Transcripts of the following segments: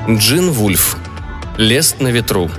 Джин Вульф. Лест на ветру.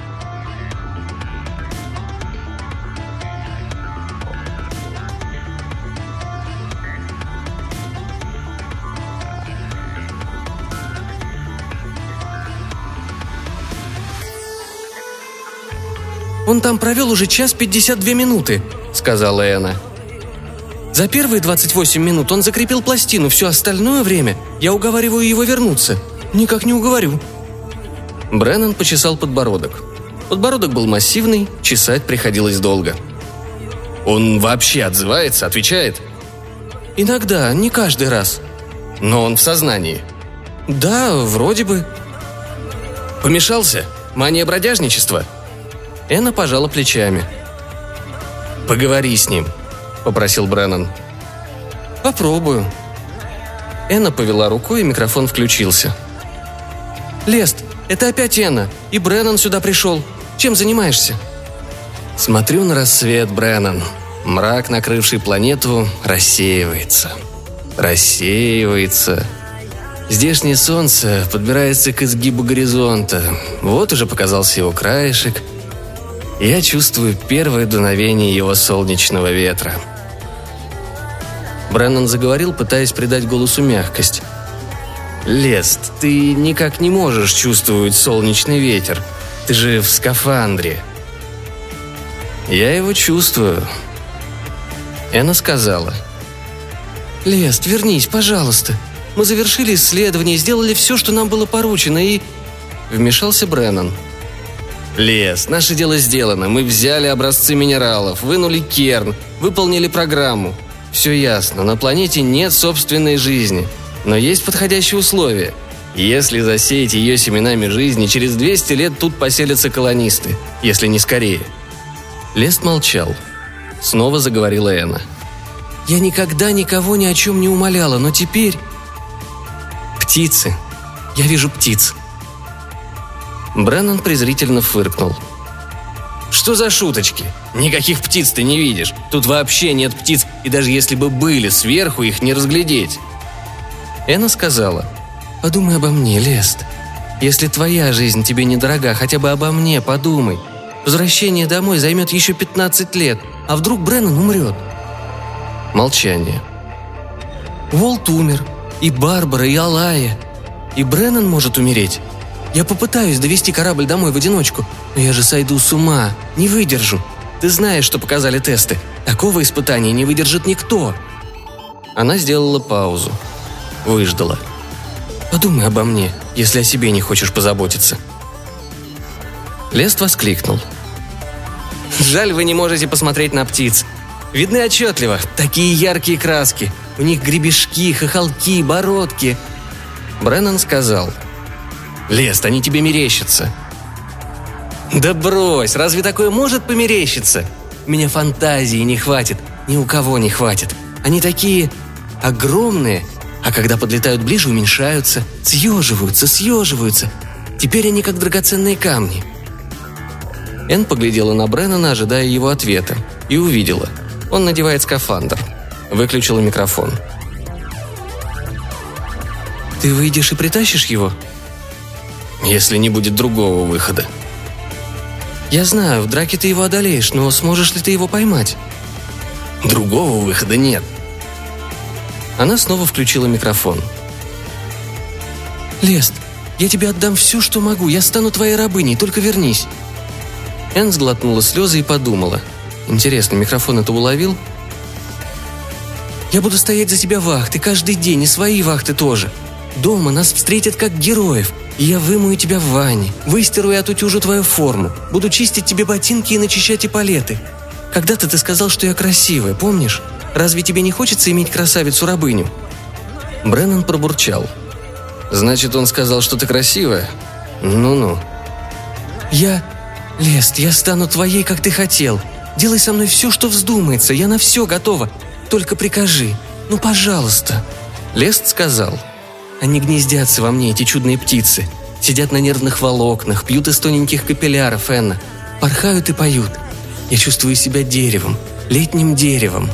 «Он там провел уже 1:52, — сказала Энна. «За первые 28 минут он закрепил пластину, все остальное время я уговариваю его вернуться. Никак не уговорю». Бреннан почесал подбородок. Подбородок был массивный, чесать приходилось долго. «Он вообще отзывается, отвечает?» «Иногда, не каждый раз». «Но он в сознании?» «Да, вроде бы». «Помешался? Мания бродяжничества?» Энна пожала плечами. «Поговори с ним», — попросил Бреннан. «Попробую». Энна повела рукой, и микрофон включился. «Лест, это опять Энна, и Бреннан сюда пришел. Чем занимаешься?» «Смотрю на рассвет, Бреннан. Мрак, накрывший планету, рассеивается. Рассеивается. Здешнее солнце подбирается к изгибу горизонта. Вот уже показался его краешек. Я чувствую первое дуновение его солнечного ветра». Бреннан заговорил, пытаясь придать голосу мягкость. «Лест, ты никак не можешь чувствовать солнечный ветер. Ты же в скафандре». «Я его чувствую». Энна сказала. «Лест, вернись, пожалуйста. Мы завершили исследование, сделали все, что нам было поручено, и...» Вмешался Бреннан. «Лест, наше дело сделано. Мы взяли образцы минералов, вынули керн, выполнили программу. Все ясно, на планете нет собственной жизни. Но есть подходящие условия. Если засеять ее семенами жизни, через 200 лет тут поселятся колонисты, если не скорее». Лест молчал. Снова заговорила Энна. «Я никогда никого ни о чем не умоляла, но теперь...» «Птицы. Я вижу птиц». Бреннан презрительно фыркнул. «Что за шуточки? Никаких птиц ты не видишь. Тут вообще нет птиц, и даже если бы были, сверху их не разглядеть». Энна сказала. «Подумай обо мне, Лест. Если твоя жизнь тебе недорога, хотя бы обо мне подумай. Возвращение домой займет еще 15 лет, а вдруг Бреннан умрет?» Молчание. «Уолт умер, и Барбара, и Алая. И Бреннан может умереть. Я попытаюсь довести корабль домой в одиночку, но я же сойду с ума, не выдержу. Ты знаешь, что показали тесты. Такого испытания не выдержит никто». Она сделала паузу. Выждала. «Подумай обо мне, если о себе не хочешь позаботиться». Лест воскликнул. «Жаль, вы не можете посмотреть на птиц. Видны отчетливо, такие яркие краски. У них гребешки, хохолки, бородки». Бреннан сказал. «Лест, они тебе мерещатся». «Да брось, разве такое может померещиться? У меня фантазии не хватит, ни у кого не хватит. Они такие огромные, а когда подлетают ближе, уменьшаются, съеживаются. Теперь они как драгоценные камни». Энн поглядела на Бреннана, ожидая его ответа, и увидела. Он надевает скафандр. Выключила микрофон. «Ты выйдешь и притащишь его?» «Если не будет другого выхода». «Я знаю, в драке ты его одолеешь, но сможешь ли ты его поймать?» «Другого выхода нет». Она снова включила микрофон. «Лест, я тебе отдам все, что могу, я стану твоей рабыней, только вернись». Энн сглотнула слезы и подумала. Интересно, микрофон это уловил? «Я буду стоять за тебя вахты каждый день, и свои вахты тоже. Дома нас встретят как героев, и я вымою тебя в ванне, выстиру и отутюжу твою форму, буду чистить тебе ботинки и начищать эполеты. Когда-то ты сказал, что я красивая, помнишь? Разве тебе не хочется иметь красавицу-рабыню?» Бреннан пробурчал. «Значит, он сказал, что ты красивая? Ну-ну». Лест, я стану твоей, как ты хотел. Делай со мной все, что вздумается, я на все готова. Только прикажи, ну, пожалуйста». Лест сказал. «Они гнездятся во мне, эти чудные птицы. Сидят на нервных волокнах, пьют из тоненьких капилляров, Энна. Порхают и поют. Я чувствую себя деревом, летним деревом».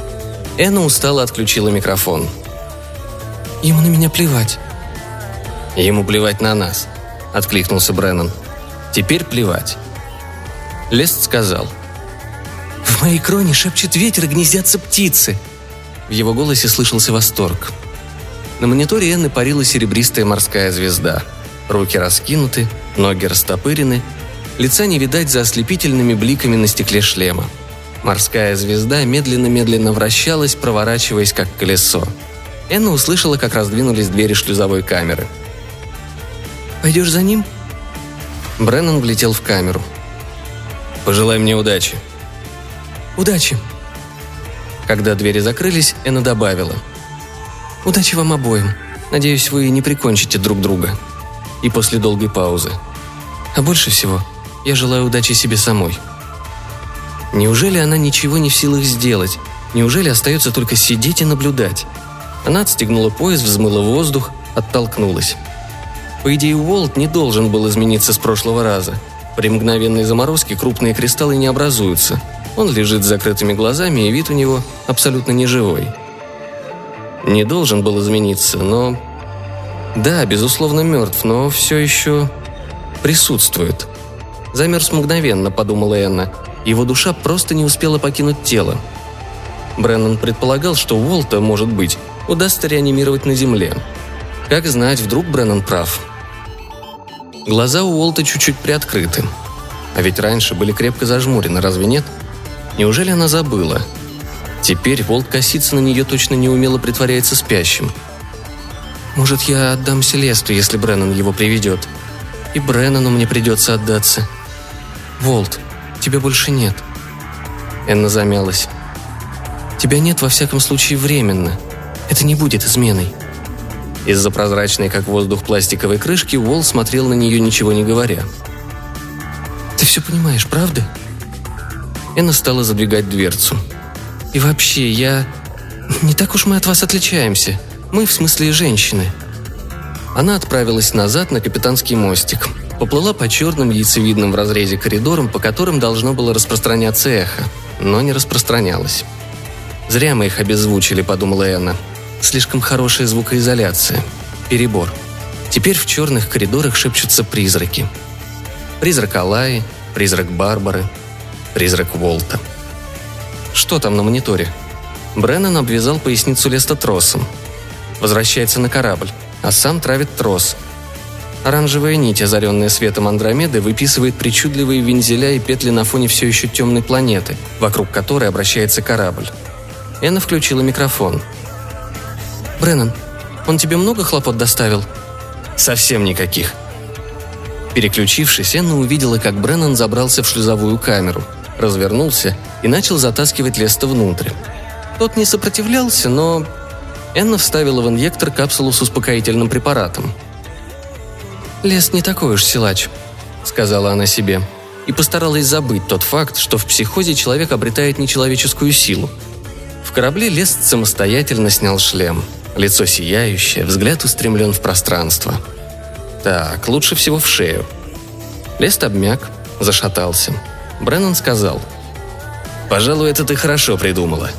Энна устало отключила микрофон. «Ему на меня плевать». «Ему плевать на нас», — откликнулся Бреннан. «Теперь плевать». Лест сказал. «В моей кроне шепчет ветер и гнездятся птицы». В его голосе слышался восторг. На мониторе Энны парила серебристая морская звезда. Руки раскинуты, ноги растопырены, лица не видать за ослепительными бликами на стекле шлема. Морская звезда медленно-медленно вращалась, проворачиваясь как колесо. Энна услышала, как раздвинулись двери шлюзовой камеры. «Пойдешь за ним?» Бреннан влетел в камеру. «Пожелай мне удачи». «Удачи». Когда двери закрылись, Энна добавила. «Удачи вам обоим. Надеюсь, вы не прикончите друг друга». И после долгой паузы. «А больше всего я желаю удачи себе самой». Неужели она ничего не в силах сделать? Неужели остается только сидеть и наблюдать? Она отстегнула пояс, взмыла воздух, оттолкнулась. По идее, Уолт не должен был измениться с прошлого раза. При мгновенной заморозке крупные кристаллы не образуются. Он лежит с закрытыми глазами, и вид у него абсолютно неживой. Не должен был измениться, но... Да, безусловно, мертв, но все еще присутствует. Замерз мгновенно, подумала Энна. Его душа просто не успела покинуть тело. Бреннан предполагал, что Уолта, может быть, удастся реанимировать на земле. Как знать, вдруг Бреннан прав. Глаза у Уолта чуть-чуть приоткрыты. А ведь раньше были крепко зажмурены, разве нет? Неужели она забыла? Теперь Уолт коситься на нее точно неумело притворяется спящим. «Может, я отдамся Лесту, если Бреннан его приведет. И Бреннану мне придется отдаться. Уолт, тебя больше нет». Энна замялась. «Тебя нет, во всяком случае, временно. Это не будет изменой». Из-за прозрачной, как воздух, пластиковой крышки Уолт смотрел на нее, ничего не говоря. «Ты все понимаешь, правда?» Энна стала задвигать дверцу. «И вообще, не так уж мы от вас отличаемся. Мы, в смысле, женщины». Она отправилась назад на капитанский мостик. Поплыла по черным яйцевидным в разрезе коридорам, по которым должно было распространяться эхо, но не распространялось. «Зря мы их обеззвучили», — подумала Энна. «Слишком хорошая звукоизоляция. Перебор. Теперь в черных коридорах шепчутся призраки. Призрак Алаи, призрак Барбары, призрак Уолта». Что там на мониторе? Бреннан обвязал поясницу Леста тросом. Возвращается на корабль, а сам травит трос. Оранжевая нить, озаренная светом Андромеды, выписывает причудливые вензеля и петли на фоне все еще темной планеты, вокруг которой обращается корабль. Энна включила микрофон. «Бреннан, он тебе много хлопот доставил?» «Совсем никаких». Переключившись, Энна увидела, как Бреннан забрался в шлюзовую камеру, развернулся и начал затаскивать Леста внутрь. Тот не сопротивлялся, но... Энна вставила в инъектор капсулу с успокоительным препаратом. «Лест не такой уж силач», — сказала она себе, и постаралась забыть тот факт, что в психозе человек обретает нечеловеческую силу. В корабле Лест самостоятельно снял шлем. Лицо сияющее, взгляд устремлен в пространство. Так, лучше всего в шею. Лест обмяк, зашатался. Бреннан сказал: «Пожалуй, это ты хорошо придумала».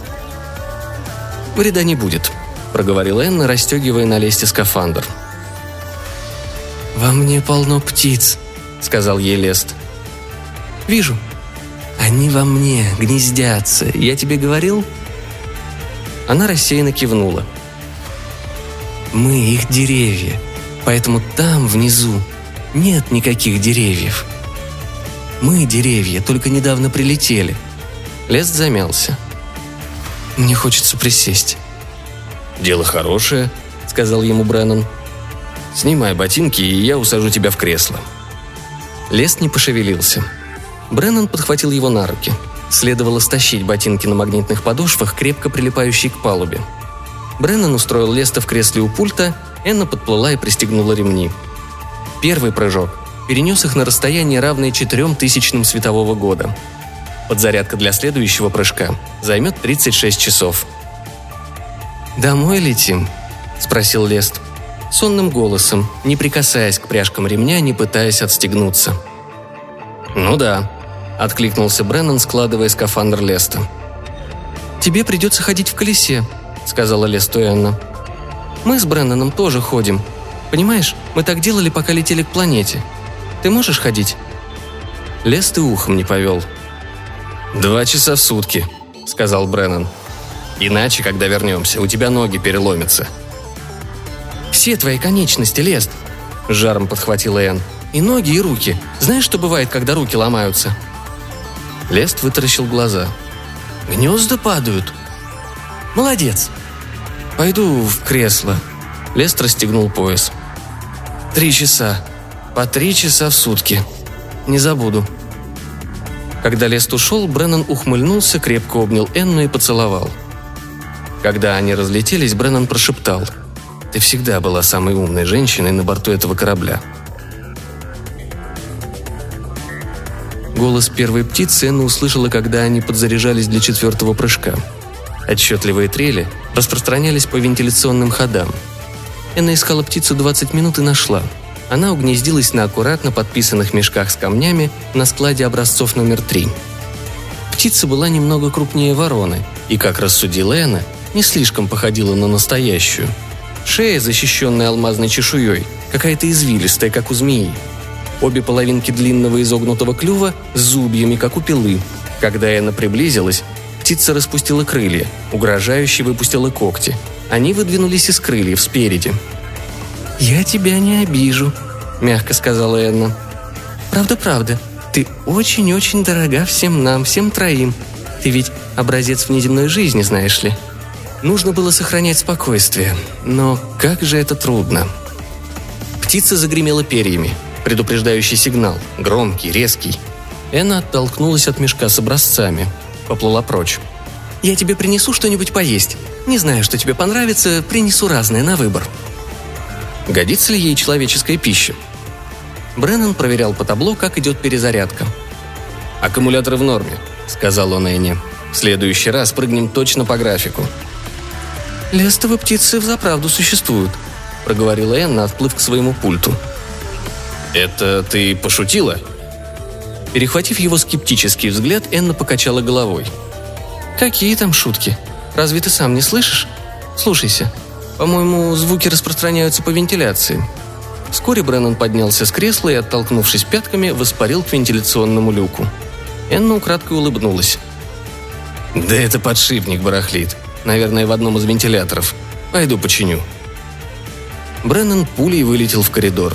«Вреда не будет», — проговорила Энна, расстегивая на Лесте скафандр. «Во мне полно птиц», — сказал ей Лест. «Вижу. Они во мне гнездятся. Я тебе говорил?» Она рассеянно кивнула. «Мы их деревья, поэтому там, внизу, нет никаких деревьев. Мы деревья, только недавно прилетели». Лест замялся. «Мне хочется присесть». «Дело хорошее», — сказал ему Бреннан. «Снимай ботинки, и я усажу тебя в кресло». Лест не пошевелился. Бреннан подхватил его на руки. Следовало стащить ботинки на магнитных подошвах, крепко прилипающие к палубе. Бреннан устроил Леста в кресле у пульта, Энна подплыла и пристегнула ремни. Первый прыжок перенес их на расстояние, равное 4000 светового года. Подзарядка для следующего прыжка займет 36 часов. «Домой летим?» – спросил Лест. Сонным голосом, не прикасаясь к пряжкам ремня, не пытаясь отстегнуться. «Ну да», – откликнулся Бреннан, складывая скафандр Леста. «Тебе придется ходить в колесе», – сказала Лесту Энна. «Мы с Бреннаном тоже ходим. Понимаешь, мы так делали, пока летели к планете. Ты можешь ходить?» Лест и ухом не повел. 2 часа в сутки», — сказал Бреннан. «Иначе, когда вернемся, у тебя ноги переломятся». «Все твои конечности, Лест!» — с жаром подхватила Энн. «И ноги, и руки. Знаешь, что бывает, когда руки ломаются?» Лест вытаращил глаза. «Гнезда падают». «Молодец!» «Пойду в кресло». Лест расстегнул пояс. 3 часа. По 3 часа в сутки. Не забуду». Когда Лест ушел, Бреннан ухмыльнулся, крепко обнял Энну и поцеловал. Когда они разлетелись, Бреннан прошептал: «Ты всегда была самой умной женщиной на борту этого корабля». Голос первой птицы Энна услышала, когда они подзаряжались для 4-го прыжка. Отчетливые трели распространялись по вентиляционным ходам. Энна искала птицу 20 минут и нашла. Она угнездилась на аккуратно подписанных мешках с камнями на складе образцов номер 3. Птица была немного крупнее вороны и, как рассудила Энна, не слишком походила на настоящую. Шея, защищенная алмазной чешуей, какая-то извилистая, как у змеи. Обе половинки длинного изогнутого клюва с зубьями, как у пилы. Когда Энна приблизилась, птица распустила крылья, угрожающе выпустила когти. Они выдвинулись из крыльев спереди. «Я тебя не обижу», — мягко сказала Энна. «Правда, ты очень-очень дорога всем нам, всем троим. Ты ведь образец внеземной жизни, знаешь ли. Нужно было сохранять спокойствие, но как же это трудно». Птица загремела перьями. Предупреждающий сигнал, громкий, резкий. Энна оттолкнулась от мешка с образцами. Поплыла прочь. «Я тебе принесу что-нибудь поесть. Не знаю, что тебе понравится, принесу разное на выбор». Годится ли ей человеческая пища? Бреннан проверял по табло, как идет перезарядка. «Аккумуляторы в норме», — сказал он Энне. «В следующий раз прыгнем точно по графику». «Лестовые птицы взаправду существуют», — проговорила Энна, отплыв к своему пульту. «Это ты пошутила?» Перехватив его скептический взгляд, Энна покачала головой. «Какие там шутки? Разве ты сам не слышишь? Слушайся. По-моему, звуки распространяются по вентиляции». Вскоре Бреннан поднялся с кресла и, оттолкнувшись пятками, воспарил к вентиляционному люку. Энна украдкой улыбнулась. «Да это подшипник барахлит. Наверное, в одном из вентиляторов. Пойду починю». Бреннан пулей вылетел в коридор.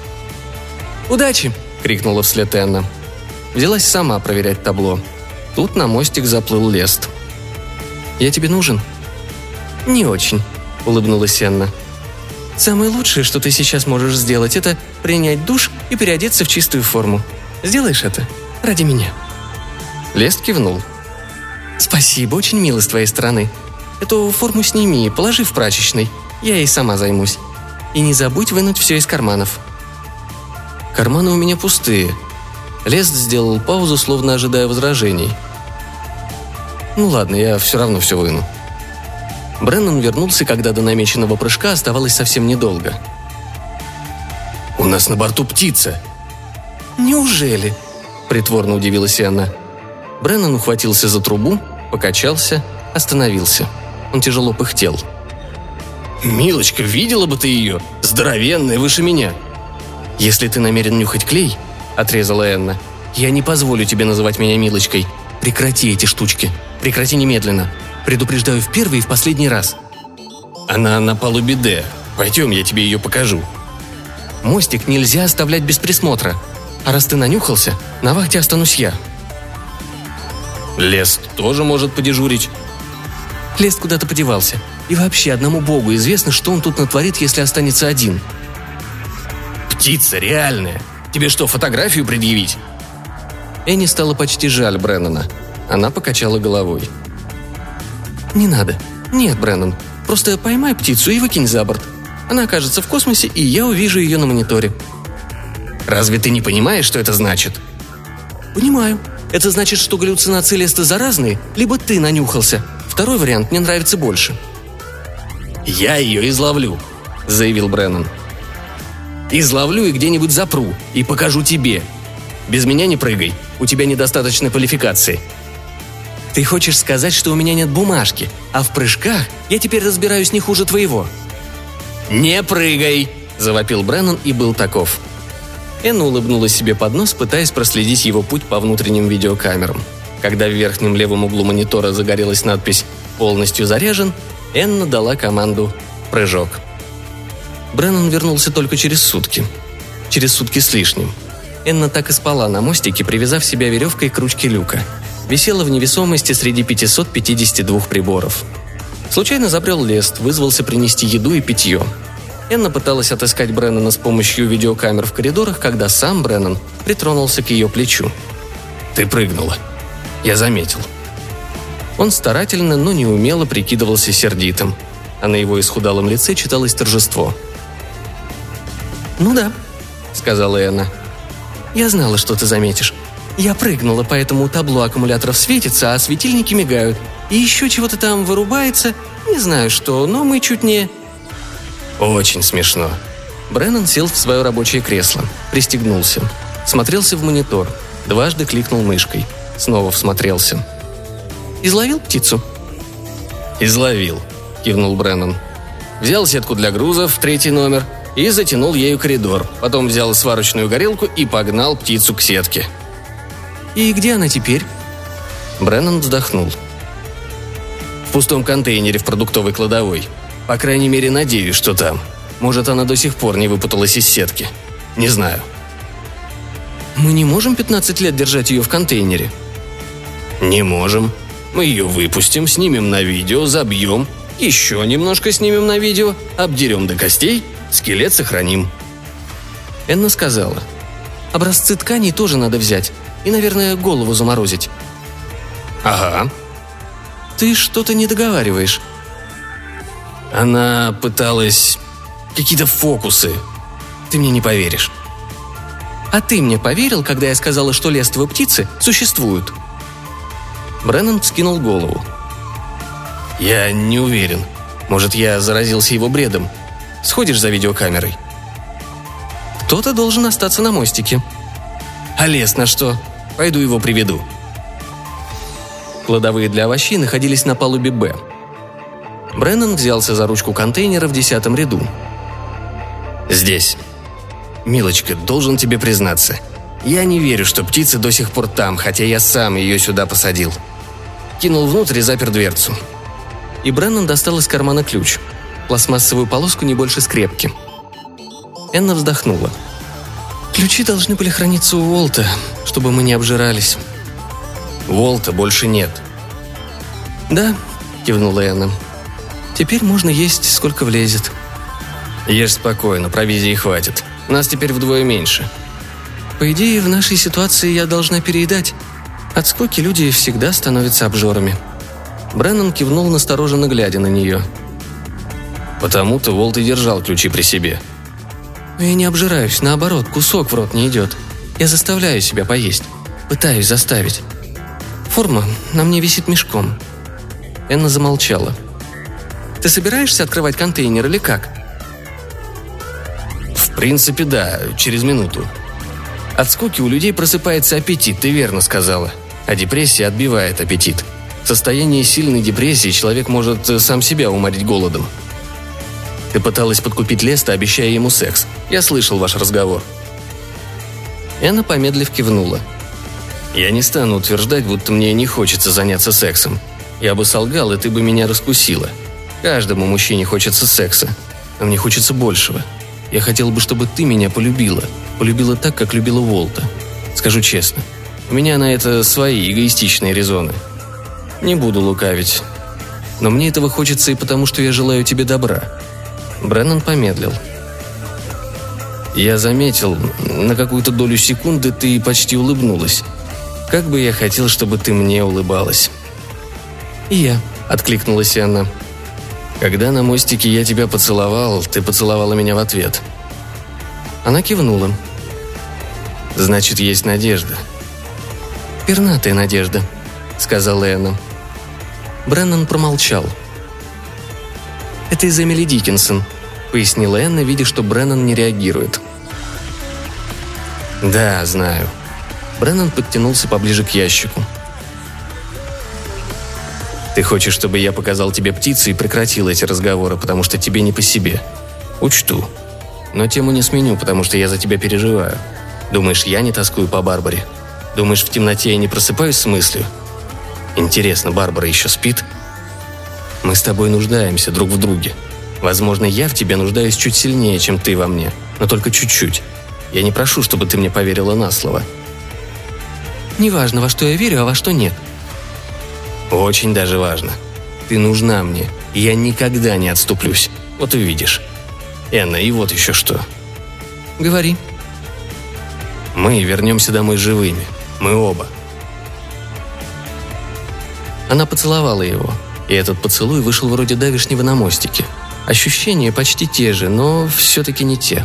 «Удачи!» — крикнула вслед Энна. Взялась сама проверять табло. Тут на мостик заплыл Лест. «Я тебе нужен?» «Не очень», — улыбнулась Энна. «Самое лучшее, что ты сейчас можешь сделать, это принять душ и переодеться в чистую форму. Сделаешь это? Ради меня». Лест кивнул. «Спасибо, очень мило с твоей стороны. Эту форму сними, положи в прачечной. Я ей сама займусь. И не забудь вынуть все из карманов». «Карманы у меня пустые». Лест сделал паузу, словно ожидая возражений. «Ну ладно, я все равно все выну». Бреннан вернулся, когда до намеченного прыжка оставалось совсем недолго. «У нас на борту птица!» «Неужели?» – притворно удивилась Энна. Бреннан ухватился за трубу, покачался, остановился. Он тяжело пыхтел. «Милочка, видела бы ты ее! Здоровенная, выше меня!» «Если ты намерен нюхать клей, — отрезала Энна, — я не позволю тебе называть меня Милочкой. Прекрати эти штучки. Прекрати немедленно. Предупреждаю в первый и в последний раз». «Она на палубе Д. Пойдем, я тебе ее покажу». «Мостик нельзя оставлять без присмотра. А раз ты нанюхался, на вахте останусь я». «Лест тоже может подежурить». «Лест куда-то подевался. И вообще одному богу известно, что он тут натворит, если останется один». «Птица реальная. Тебе что, фотографию предъявить?» Энни стало почти жаль Бреннана. Она покачала головой. «Не надо. Нет, Бреннан. Просто поймай птицу и выкинь за борт. Она окажется в космосе, и я увижу ее на мониторе». «Разве ты не понимаешь, что это значит?» «Понимаю. Это значит, что галлюцинации Леста заразные, либо ты нанюхался. Второй вариант мне нравится больше». «Я ее изловлю», — заявил Бреннан. «Изловлю и где-нибудь запру, и покажу тебе. Без меня не прыгай, у тебя недостаточно квалификации». «Ты хочешь сказать, что у меня нет бумажки, а в прыжках я теперь разбираюсь не хуже твоего?» «Не прыгай!» – завопил Бреннан и был таков. Энна улыбнулась себе под нос, пытаясь проследить его путь по внутренним видеокамерам. Когда в верхнем левом углу монитора загорелась надпись «Полностью заряжен», Энна дала команду «Прыжок». Бреннан вернулся только через сутки. Через сутки с лишним. Энна так и спала на мостике, привязав себя веревкой к ручке люка. Висела в невесомости среди 552 приборов. Случайно забрел Лест, вызвался принести еду и питье. Энна пыталась отыскать Бреннана с помощью видеокамер в коридорах, когда сам Бреннан притронулся к ее плечу. «Ты прыгнула. Я заметил». Он старательно, но неумело прикидывался сердитым, а на его исхудалом лице читалось торжество. «Ну да», — сказала Энна. «Я знала, что ты заметишь. Я прыгнула, поэтому табло аккумуляторов светится, а светильники мигают. И еще чего-то там вырубается. Не знаю что, но мы чуть не...» «Очень смешно». Бреннан сел в свое рабочее кресло, пристегнулся, смотрелся в монитор, дважды кликнул мышкой, снова всмотрелся. «Изловил птицу?» «Изловил», — кивнул Бреннан. Взял сетку для грузов, 3 номер, и затянул ею коридор. Потом взял сварочную горелку и погнал птицу к сетке. «И где она теперь?» Бреннан вздохнул. «В пустом контейнере в продуктовой кладовой. По крайней мере, надеюсь, что там. Может, она до сих пор не выпуталась из сетки. Не знаю». «Мы не можем 15 лет держать ее в контейнере?» «Не можем. Мы ее выпустим, снимем на видео, забьем, еще немножко снимем на видео, обдерем до костей, скелет сохраним». Энна сказала: «Образцы тканей тоже надо взять и, наверное, голову заморозить». «Ага». «Ты что-то не договариваешь». Она пыталась... какие-то фокусы. Ты мне не поверишь. «А ты мне поверил, когда я сказала, что лестовые птицы существуют?» Бреннан вскинул голову. «Я не уверен. Может, я заразился его бредом. Сходишь за видеокамерой?» «Кто-то должен остаться на мостике». «А лес на что? Пойду его приведу». Кладовые для овощей находились на палубе «Б». Бреннан взялся за ручку контейнера в 10-м ряду. «Здесь. Милочка, должен тебе признаться. Я не верю, что птица до сих пор там, хотя я сам ее сюда посадил». Кинул внутрь и запер дверцу. И Бреннан достал из кармана ключ. Пластмассовую полоску не больше скрепки. Энна вздохнула. «Ключи должны были храниться у Уолта, чтобы мы не обжирались». «Уолта больше нет». «Да», — кивнула Энна. «Теперь можно есть, сколько влезет». «Ешь спокойно, провизии хватит. Нас теперь вдвое меньше». «По идее, в нашей ситуации я должна переедать. От скуки люди всегда становятся обжорами». Бреннан кивнул, настороженно глядя на нее. «Потому-то Уолт и держал ключи при себе». «Но я не обжираюсь, наоборот, кусок в рот не идет. Я заставляю себя поесть. Пытаюсь заставить. Форма на мне висит мешком». Энна замолчала. «Ты собираешься открывать контейнер или как?» «В принципе, да, через минуту. От скуки у людей просыпается аппетит, ты верно сказала. А депрессия отбивает аппетит. В состоянии сильной депрессии человек может сам себя уморить голодом. Ты пыталась подкупить Леста, обещая ему секс. Я слышал ваш разговор». Энна, помедлив, кивнула. «Я не стану утверждать, будто мне не хочется заняться сексом. Я бы солгал, и ты бы меня раскусила. Каждому мужчине хочется секса, но мне хочется большего. Я хотел бы, чтобы ты меня полюбила. Полюбила так, как любила Уолта. Скажу честно, у меня на это свои эгоистичные резоны. Не буду лукавить. Но мне этого хочется и потому, что я желаю тебе добра». Бреннан помедлил. «Я заметил, на какую-то долю секунды ты почти улыбнулась. Как бы я хотел, чтобы ты мне улыбалась». «И я», — откликнулась Анна. «Когда на мостике я тебя поцеловал, ты поцеловала меня в ответ». Она кивнула. «Значит, есть надежда». «Пернатая надежда», — сказала Энна. Бреннан промолчал. «Это из Эмили Диккенсон», — пояснила Энна, видя, что Бреннан не реагирует. «Да, знаю». Бреннан подтянулся поближе к ящику. «Ты хочешь, чтобы я показал тебе птицу и прекратил эти разговоры, потому что тебе не по себе? Учту. но тему не сменю, потому что я за тебя переживаю. Думаешь, я не тоскую по Барбаре? Думаешь, в темноте я не просыпаюсь с мыслью? Интересно, Барбара еще спит? Мы с тобой нуждаемся друг в друге. Возможно, я в тебе нуждаюсь чуть сильнее, чем ты во мне, но только чуть-чуть. Я не прошу, чтобы ты мне поверила на слово. Неважно, во что я верю, а во что нет. Очень даже важно. Ты нужна мне, и я никогда не отступлюсь. Вот увидишь. Энна, и вот еще что. Говори. Мы вернемся домой живыми. Мы оба. Она поцеловала его, и этот поцелуй вышел вроде давешнего на мостике. Ощущения почти те же, но все-таки не те.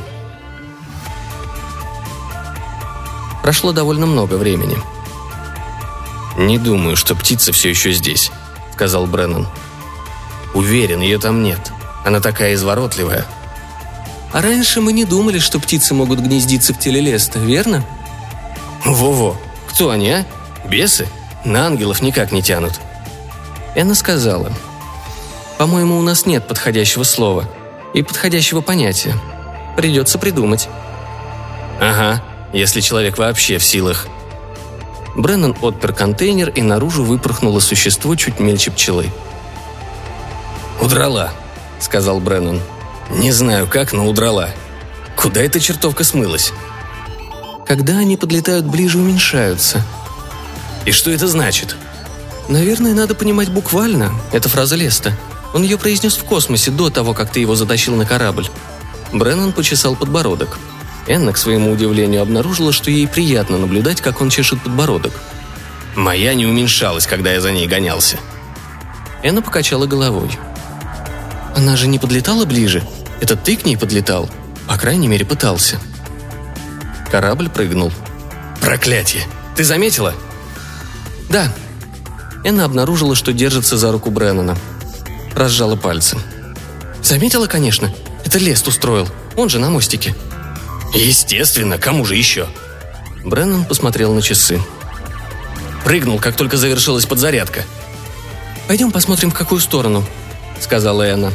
Прошло довольно много времени. «Не думаю, что птица все еще здесь», — сказал Бреннан. «Уверен, ее там нет. Она такая изворотливая». А раньше мы не думали, что птицы могут гнездиться в теле Леста, верно? Во-во, кто они, а? Бесы? На ангелов никак не тянут. Энна сказала: «По-моему, у нас нет подходящего слова и подходящего понятия. Придется придумать». «Ага, если человек вообще в силах». Бреннан отпер контейнер, и наружу выпорхнуло существо чуть мельче пчелы. «Удрала», — сказал Бреннан. «Не знаю как, но удрала. Куда эта чертовка смылась?» «Когда они подлетают ближе, уменьшаются». «И что это значит?» «Наверное, надо понимать буквально. Это фраза Леста. Он ее произнес в космосе до того, как ты его затащил на корабль». Бреннан почесал подбородок. Энна, к своему удивлению, обнаружила, что ей приятно наблюдать, как он чешет подбородок. «Моя не уменьшалась, когда я за ней гонялся». Энна покачала головой. «Она же не подлетала ближе? Это ты к ней подлетал? По крайней мере, пытался». Корабль прыгнул. «Проклятие! Ты заметила?» «Да». Энна обнаружила, что держится за руку Бреннана. Разжала пальцы. «Заметила, конечно. Это Лест устроил. Он же на мостике». «Естественно, кому же еще?» Бреннан посмотрел на часы. «Прыгнул, как только завершилась подзарядка». «Пойдем посмотрим, в какую сторону», — сказала Энна.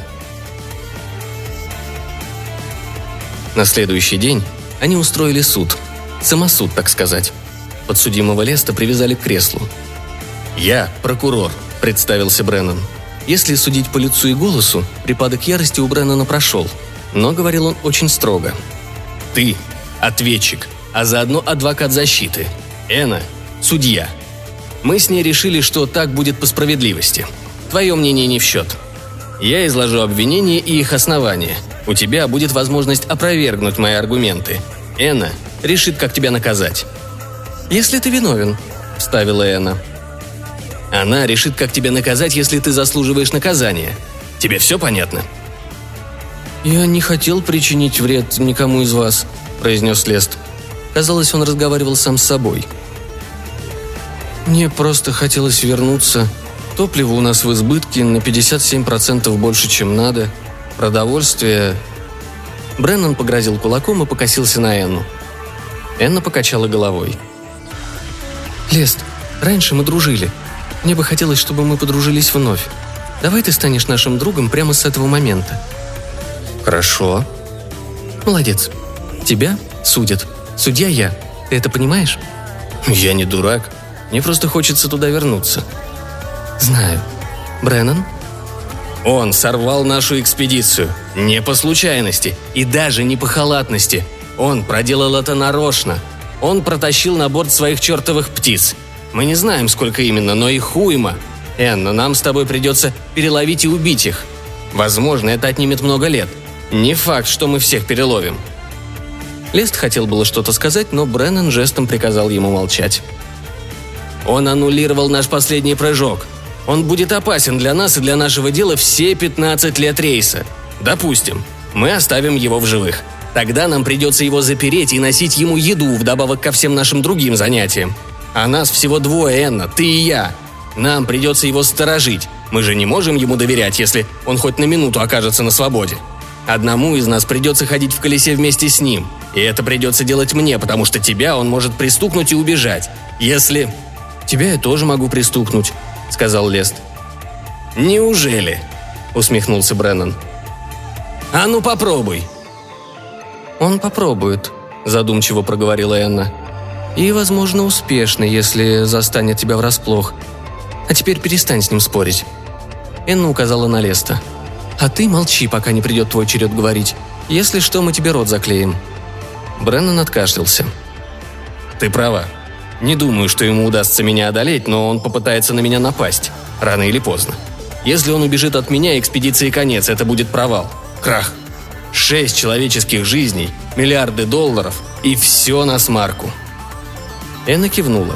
На следующий день они устроили суд. Самосуд, так сказать. Подсудимого Леста привязали к креслу. «Я прокурор», — представился Бреннан. Если судить по лицу и голосу, припадок ярости у Бреннана прошел, но говорил он очень строго. «Ты – ответчик, а заодно адвокат защиты. Энна – судья. Мы с ней решили, что так будет по справедливости. Твое мнение не в счет. Я изложу обвинения и их основания. У тебя будет возможность опровергнуть мои аргументы. Энна решит, как тебя наказать». «Если ты виновен», – вставила Энна. «Она решит, как тебя наказать, если ты заслуживаешь наказания. Тебе все понятно?» «Я не хотел причинить вред никому из вас», – произнес Лест. Казалось, он разговаривал сам с собой. «Мне просто хотелось вернуться. Топливо у нас в избытке на 57% больше, чем надо. Продовольствие...» Бреннан погрозил кулаком и покосился на Энну. Энна покачала головой. «Лест, раньше мы дружили. Мне бы хотелось, чтобы мы подружились вновь. Давай ты станешь нашим другом прямо с этого момента». «Хорошо». «Молодец. Тебя судят. Судья я. Ты это понимаешь?» «Я не дурак. Мне просто хочется туда вернуться». «Знаю. Бреннан?» «Он сорвал нашу экспедицию. Не по случайности. И даже не по халатности. Он проделал это нарочно. Он протащил на борт своих чертовых птиц. Мы не знаем, сколько именно, но их уйма. Энна, нам с тобой придется переловить и убить их. Возможно, это отнимет много лет. Не факт, что мы всех переловим». Лест хотел было что-то сказать, но Бреннан жестом приказал ему молчать. «Он аннулировал наш последний прыжок. Он будет опасен для нас и для нашего дела все 15 лет рейса. Допустим, мы оставим его в живых. Тогда нам придется его запереть и носить ему еду вдобавок ко всем нашим другим занятиям. А нас всего двое, Энна, ты и я. Нам придется его сторожить. Мы же не можем ему доверять, если он хоть на минуту окажется на свободе. Одному из нас придется ходить в колесе вместе с ним. И это придется делать мне, потому что тебя он может пристукнуть и убежать. Если...» «Тебя я тоже могу пристукнуть», — сказал Лест. «Неужели?» — усмехнулся Бреннан. «А ну попробуй!» «Он попробует», – задумчиво проговорила Энна. «И, возможно, успешно, если застанет тебя врасплох. А теперь перестань с ним спорить». Энна указала на Леста. «А ты молчи, пока не придет твой черед говорить. Если что, мы тебе рот заклеим». Бреннан откашлялся. «Ты права. Не думаю, что ему удастся меня одолеть, но он попытается на меня напасть. Рано или поздно. Если он убежит от меня, экспедиции конец, это будет провал. Крах. 6 человеческих жизней, миллиарды долларов и все на смарку». Энна кивнула.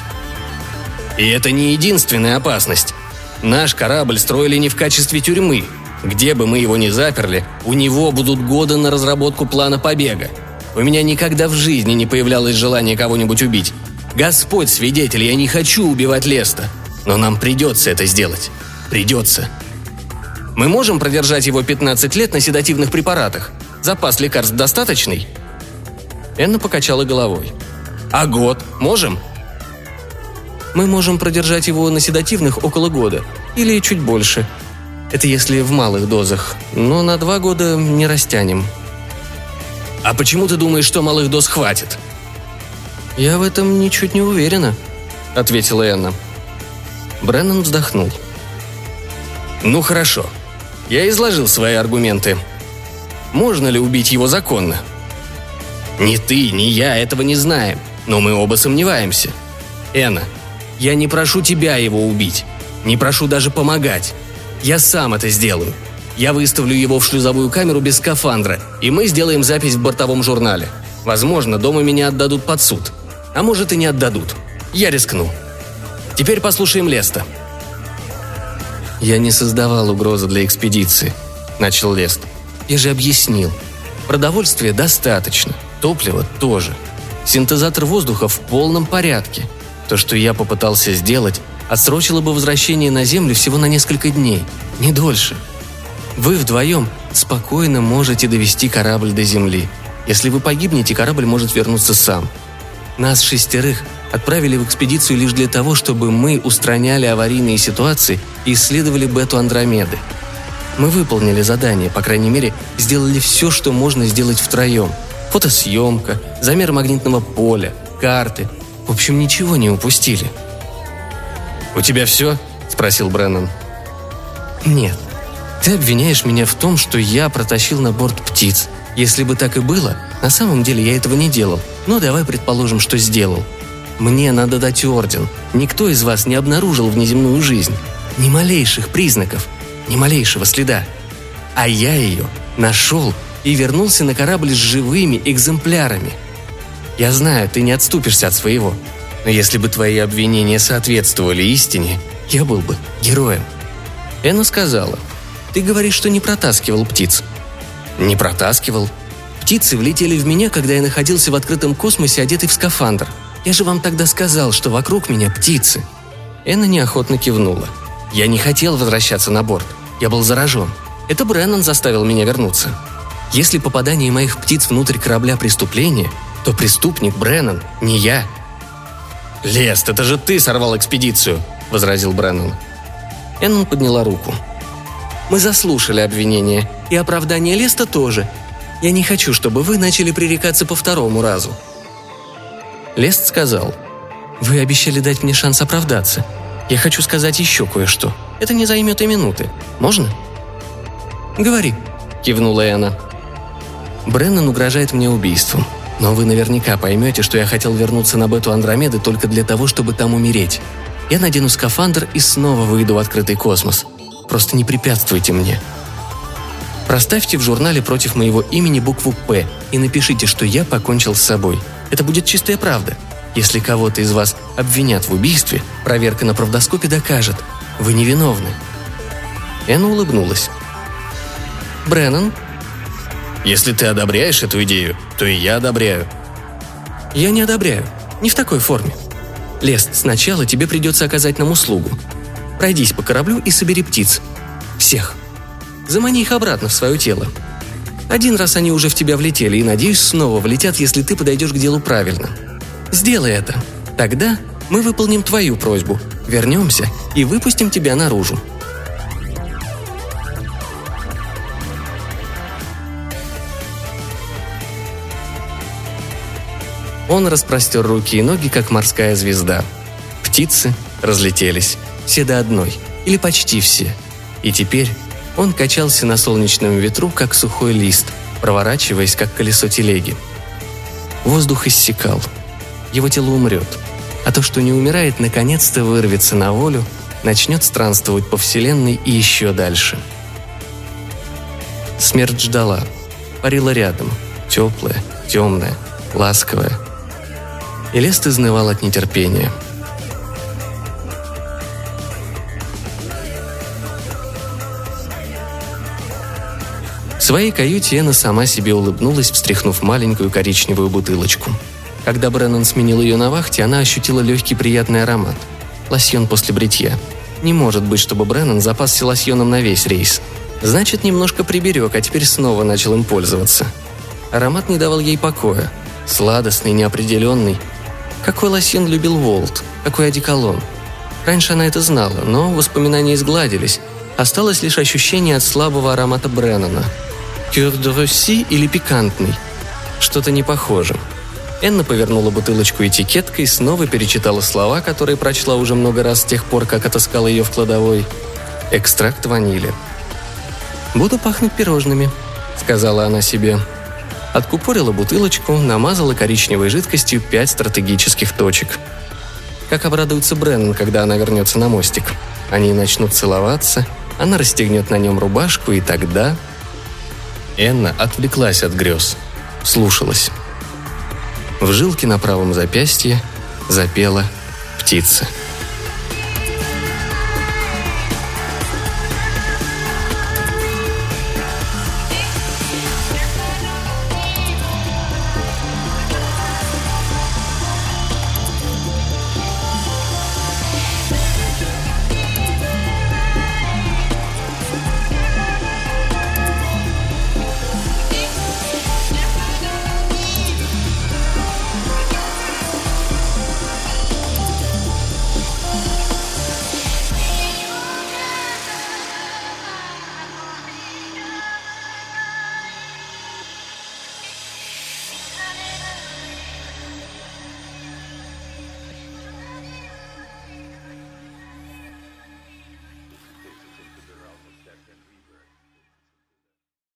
«И это не единственная опасность. Наш корабль строили не в качестве тюрьмы. Где бы мы его ни заперли, у него будут годы на разработку плана побега. У меня никогда в жизни не появлялось желания кого-нибудь убить. Господь свидетель, я не хочу убивать Леста. Но нам придется это сделать. Придется. Мы можем продержать его 15 лет на седативных препаратах? Запас лекарств достаточный?» Энна покачала головой. «А год? Можем?» «Мы можем продержать его на седативных около года. Или чуть больше. Это если в малых дозах. Но на 2 года не растянем». «А почему ты думаешь, что малых доз хватит?» «Я в этом ничуть не уверена», — ответила Энна. Бреннан вздохнул. «Ну хорошо. Я изложил свои аргументы. Можно ли убить его законно? Ни ты, ни я этого не знаем, но мы оба сомневаемся. Энна, я не прошу тебя его убить. Не прошу даже помогать. Я сам это сделаю. Я выставлю его в шлюзовую камеру без скафандра, и мы сделаем запись в бортовом журнале. Возможно, дома меня отдадут под суд. А может и не отдадут. Я рискну. Теперь послушаем Леста». «Я не создавал угрозы для экспедиции», – начал Лест. «Я же объяснил. Продовольствия достаточно, топлива тоже. Синтезатор воздуха в полном порядке. То, что я попытался сделать, отсрочило бы возвращение на Землю всего на несколько дней, не дольше. Вы вдвоем спокойно можете довести корабль до Земли. Если вы погибнете, корабль может вернуться сам. Нас 6 отправили в экспедицию лишь для того, чтобы мы устраняли аварийные ситуации и исследовали бету Андромеды. Мы выполнили задание, по крайней мере, сделали все, что можно сделать втроем. Фотосъемка, замер магнитного поля, карты. В общем, ничего не упустили». «У тебя все?» – спросил Бреннан. «Нет. Ты обвиняешь меня в том, что я протащил на борт птиц. Если бы так и было, на самом деле я этого не делал. Но давай предположим, что сделал. Мне надо дать орден. Никто из вас не обнаружил внеземную жизнь. Ни малейших признаков, ни малейшего следа. А я ее нашел и вернулся на корабль с живыми экземплярами. Я знаю, ты не отступишься от своего. Но если бы твои обвинения соответствовали истине, я был бы героем». Энна сказала: «Ты говоришь, что не протаскивал птиц». «Не протаскивал. Птицы влетели в меня, когда я находился в открытом космосе, одетый в скафандр. Я же вам тогда сказал, что вокруг меня птицы». Энна неохотно кивнула. «Я не хотел возвращаться на борт. Я был заражен. Это Бреннан заставил меня вернуться. Если попадание моих птиц внутрь корабля преступление, то преступник Бреннан, не я». «Лест, это же ты сорвал экспедицию», — возразил Бреннан. Энна подняла руку. «Мы заслушали обвинение, и оправдание Леста тоже. Я не хочу, чтобы вы начали пререкаться по 2-му разу». Лест сказал: «Вы обещали дать мне шанс оправдаться. Я хочу сказать еще кое-что. Это не займет и минуты. Можно?» «Говори», — кивнула Энна. «Бреннан угрожает мне убийством. Но вы наверняка поймете, что я хотел вернуться на бету Андромеды только для того, чтобы там умереть. Я надену скафандр и снова выйду в открытый космос. Просто не препятствуйте мне. Проставьте в журнале против моего имени букву «П» и напишите, что я покончил с собой. Это будет чистая правда. Если кого-то из вас обвинят в убийстве, проверка на правдоскопе докажет. Вы невиновны». Энна улыбнулась. «Бреннан?» «Если ты одобряешь эту идею, то и я одобряю». «Я не одобряю. Не в такой форме. Лест, сначала тебе придется оказать нам услугу. Пройдись по кораблю и собери птиц. Всех. Замани их обратно в свое тело. Один раз они уже в тебя влетели и, надеюсь, снова влетят, если ты подойдешь к делу правильно. Сделай это. Тогда мы выполним твою просьбу, вернемся и выпустим тебя наружу». Он распростер руки и ноги, как морская звезда. Птицы разлетелись, все до одной, или почти все. И теперь он качался на солнечном ветру, как сухой лист, проворачиваясь, как колесо телеги. Воздух иссякал. Его тело умрет. А то, что не умирает, наконец-то вырвется на волю, начнет странствовать по вселенной и еще дальше. Смерть ждала. Парила рядом. Теплая, темная, ласковая. И Лест изнывал от нетерпения. В своей каюте Энна сама себе улыбнулась, встряхнув маленькую коричневую бутылочку. Когда Бреннан сменил ее на вахте, она ощутила легкий приятный аромат. Лосьон после бритья. Не может быть, чтобы Бреннан запасся лосьоном на весь рейс. Значит, немножко приберег, а теперь снова начал им пользоваться. Аромат не давал ей покоя. Сладостный, неопределенный. Какой лосьон любил Уолт? Какой одеколон? Раньше она это знала, но воспоминания изгладились. Осталось лишь ощущение от слабого аромата Бреннана. Кюр де Росси или пикантный? Что-то не похоже. Энна повернула бутылочку этикеткой и снова перечитала слова, которые прочла уже много раз с тех пор, как отыскала ее в кладовой. Экстракт ванили. «Буду пахнуть пирожными», — сказала она себе. Откупорила бутылочку, намазала коричневой жидкостью 5 стратегических точек. Как обрадуется Бреннан, когда она вернется на мостик. Они начнут целоваться, она расстегнет на нем рубашку, и тогда... Энна отвлеклась от грез, слушалась. В жилке на правом запястье запела птица.